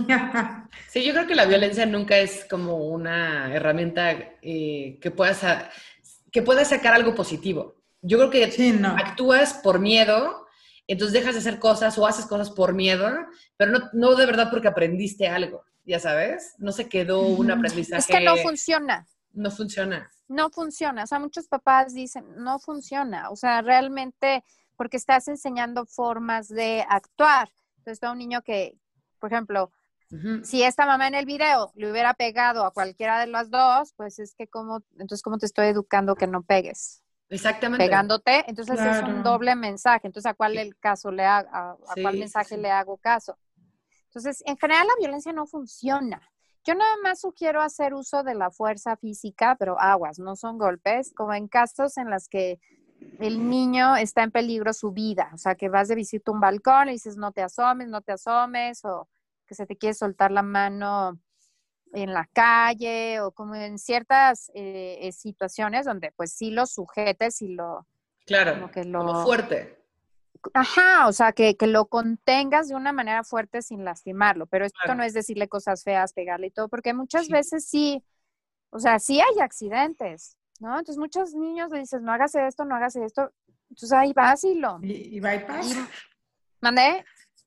Sí, yo creo que la violencia nunca es como una herramienta eh, que puedas a- que puedas sacar algo positivo. Yo creo que Sí, no. actúas por miedo, entonces dejas de hacer cosas o haces cosas por miedo, pero no, no de verdad porque aprendiste algo, ya sabes, no se quedó un Ujú. Es que no aprendizaje, funciona. no funciona. No funciona, o sea, muchos papás dicen, no funciona, o sea, realmente porque estás enseñando formas de actuar. Entonces, a un niño que, por ejemplo, Ujú. si esta mamá en el video le hubiera pegado a cualquiera de las dos, pues es que como, entonces, ¿cómo te estoy educando que no pegues? Exactamente. Pegándote, entonces es un Claro. doble mensaje. Entonces, ¿a cuál el caso le ha- a, a Sí, cuál sí, mensaje sí. le hago caso? Entonces, en general la violencia no funciona. Yo nada más sugiero hacer uso de la fuerza física, pero aguas, no son golpes, como en casos en los que el niño está en peligro su vida, o sea, que vas de visita a un balcón y dices no te asomes, no te asomes, o que se te quiere soltar la mano en la calle, o como en ciertas eh, eh, situaciones donde pues sí lo sujetes y lo, Claro, como que como lo, fuerte. ajá, o sea, que, que lo contengas de una manera fuerte sin lastimarlo, pero esto Claro. no es decirle cosas feas, pegarle y todo, porque muchas Sí. veces sí, o sea, sí hay accidentes, ¿no? Entonces muchos niños le dices, no hagas esto, no hagas esto, entonces ahí vas y lo, Y, y bypass. y mandé,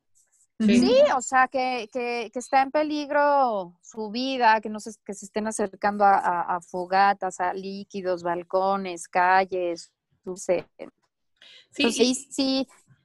Sí. sí, o sea, que, que, que está en peligro su vida, que no se, que se estén acercando a, a, a fogatas, a líquidos, balcones, calles, dulce. Sí, Entonces ahí y, sí,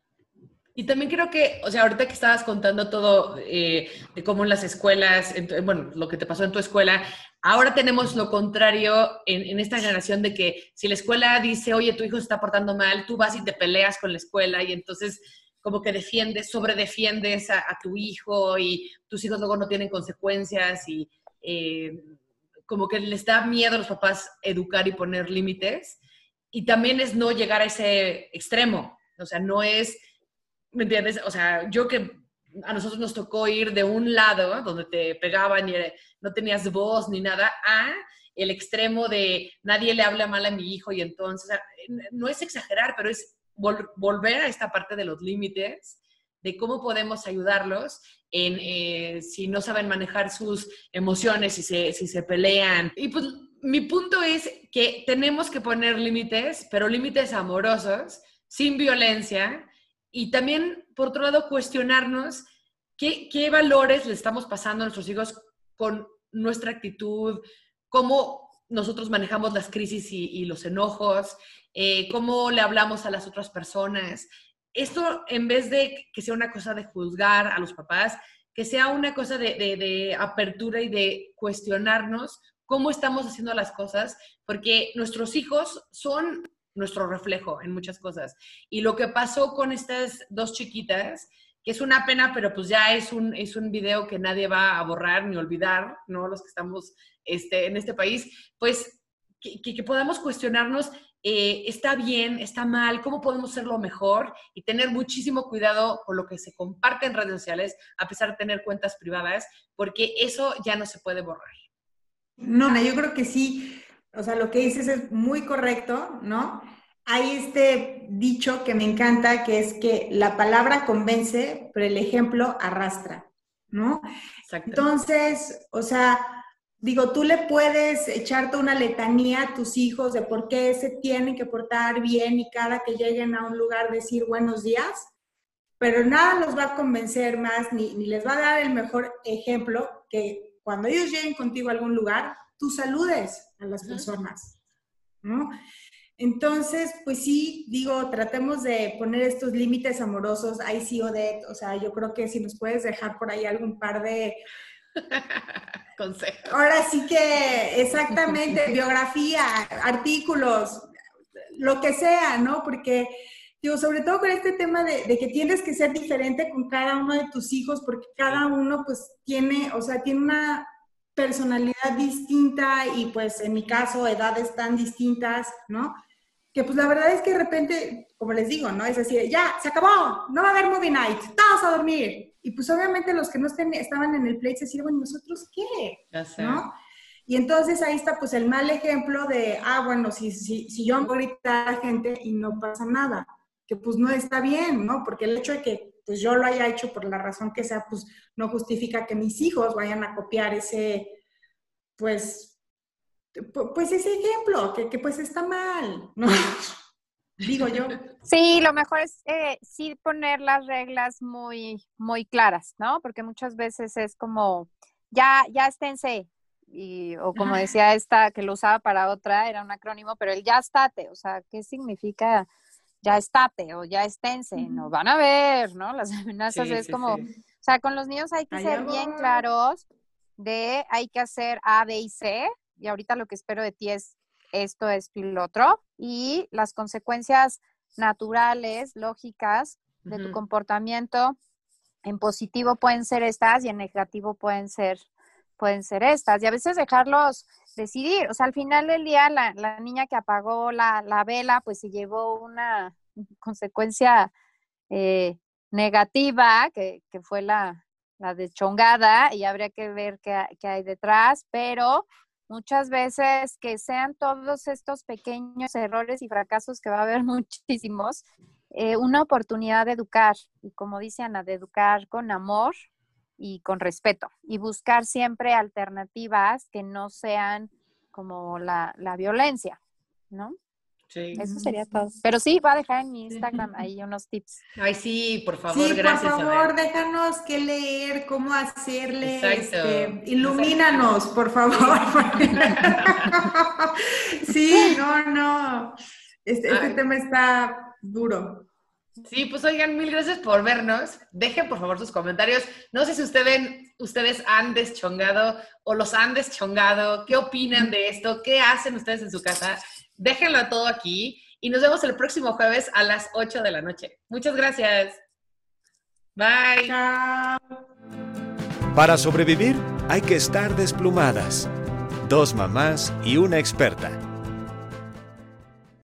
y también creo que, o sea, ahorita que estabas contando todo eh, de cómo en las escuelas, en tu- bueno, lo que te pasó en tu escuela, ahora tenemos lo contrario en, en esta generación de que si la escuela dice, oye, tu hijo se está portando mal, tú vas y te peleas con la escuela y entonces como que defiendes, sobredefiendes a, a tu hijo y tus hijos luego no tienen consecuencias y eh, como que les da miedo a los papás educar y poner límites. Y también es no llegar a ese extremo, o sea, no es ¿me entiendes? O sea, yo que a nosotros nos tocó ir de un lado, donde te pegaban y no tenías voz ni nada, a el extremo de nadie le habla mal a mi hijo y entonces, o sea, no es exagerar, pero es vol volver a esta parte de los límites, de cómo podemos ayudarlos en eh, si no saben manejar sus emociones, si se, si se pelean. Y pues mi punto es que tenemos que poner límites, pero límites amorosos, sin violencia, y también, por otro lado, cuestionarnos qué, qué valores le estamos pasando a nuestros hijos con nuestra actitud, cómo nosotros manejamos las crisis y, y los enojos, eh, cómo le hablamos a las otras personas. Esto, en vez de que sea una cosa de juzgar a los papás, que sea una cosa de, de, de apertura y de cuestionarnos cómo estamos haciendo las cosas, porque nuestros hijos son nuestro reflejo en muchas cosas. Y lo que pasó con estas dos chiquitas, que es una pena, pero pues ya es un, es un video que nadie va a borrar ni olvidar, ¿no? Los que estamos este, en este país, pues que, que, que podamos cuestionarnos, eh, ¿está bien? ¿Está mal? ¿Cómo podemos hacerlo mejor? Y tener muchísimo cuidado con lo que se comparte en redes sociales, a pesar de tener cuentas privadas, porque eso ya no se puede borrar. No, Ana, yo creo que sí, o sea, lo que dices es muy correcto, ¿no? Hay este dicho que me encanta, que es que la palabra convence, pero el ejemplo arrastra, ¿no? Exacto. Entonces, o sea, digo, tú le puedes echarte una letanía a tus hijos de por qué se tienen que portar bien y cada que lleguen a un lugar decir buenos días, pero nada los va a convencer más ni, ni les va a dar el mejor ejemplo que cuando ellos lleguen contigo a algún lugar, tú saludes a las personas, ¿no? Entonces, pues sí, digo, tratemos de poner estos límites amorosos, I C O D E T, o sea, yo creo que si nos puedes dejar por ahí algún par de... consejos. Ahora sí que, exactamente, biografía, artículos, lo que sea, ¿no? Porque, digo, sobre todo con este tema de, de que tienes que ser diferente con cada uno de tus hijos, porque cada uno, pues, tiene, o sea, tiene una personalidad distinta y, pues, en mi caso, edades tan distintas, ¿no? Que, pues, la verdad es que de repente, como les digo, ¿no? Es decir, ya, se acabó, no va a haber movie night, todos a dormir. Y, pues, obviamente los que no estén, estaban en el play se decían, bueno, ¿nosotros qué? Ya sé. ¿No? Y entonces ahí está, pues, el mal ejemplo de, ah, bueno, si, si, si yo hago gritar a la gente y no pasa nada, que, pues, no está bien, ¿no? Porque el hecho de que, pues, yo lo haya hecho por la razón que sea, pues, no justifica que mis hijos vayan a copiar ese, pues, pues ese ejemplo, que, que pues está mal, ¿no? Digo yo. Sí, lo mejor es eh, sí poner las reglas muy, muy claras, ¿no? Porque muchas veces es como, ya, ya esténse, y, o como decía esta, que lo usaba para otra, era un acrónimo, pero el ya estate, o sea, ¿qué significa ya estate o ya esténse? Uh-huh. Nos van a ver, ¿no? Las amenazas Sí, es sí, como, sí. o sea, con los niños hay que Allá ser bien voy. claros de hay que hacer A, B y C, y ahorita lo que espero de ti es esto, esto y lo otro, y las consecuencias naturales, lógicas de tu Ujú. comportamiento en positivo pueden ser estas y en negativo pueden ser, pueden ser estas. Y a veces dejarlos decidir. O sea, al final del día, la, la niña que apagó la, la vela, pues se llevó una consecuencia eh, negativa, que, que fue la, la deschongada, y habría que ver qué, qué hay detrás, pero muchas veces que sean todos estos pequeños errores y fracasos, que va a haber muchísimos, eh, una oportunidad de educar, y como dice Ana, de educar con amor y con respeto, y buscar siempre alternativas que no sean como la, la violencia, ¿no? Sí. Eso sería todo. Pero sí, va a dejar en mi Instagram ahí unos tips. Ay, sí, por favor, Sí, por gracias. favor, Abel. déjanos qué leer, cómo hacerle, Exacto. este, ilumínanos, por favor. Sí, no, no, este, este Ay. tema está duro. Sí, pues oigan, mil gracias por vernos. Dejen por favor sus comentarios. No sé si ustedes, ustedes han deschongado o los han deschongado. ¿Qué opinan de esto? ¿Qué hacen ustedes en su casa? Déjenlo todo aquí y nos vemos el próximo jueves a las ocho de la noche. Muchas gracias. Bye. Chao. Para sobrevivir hay que estar desplumadas. Dos mamás y una experta.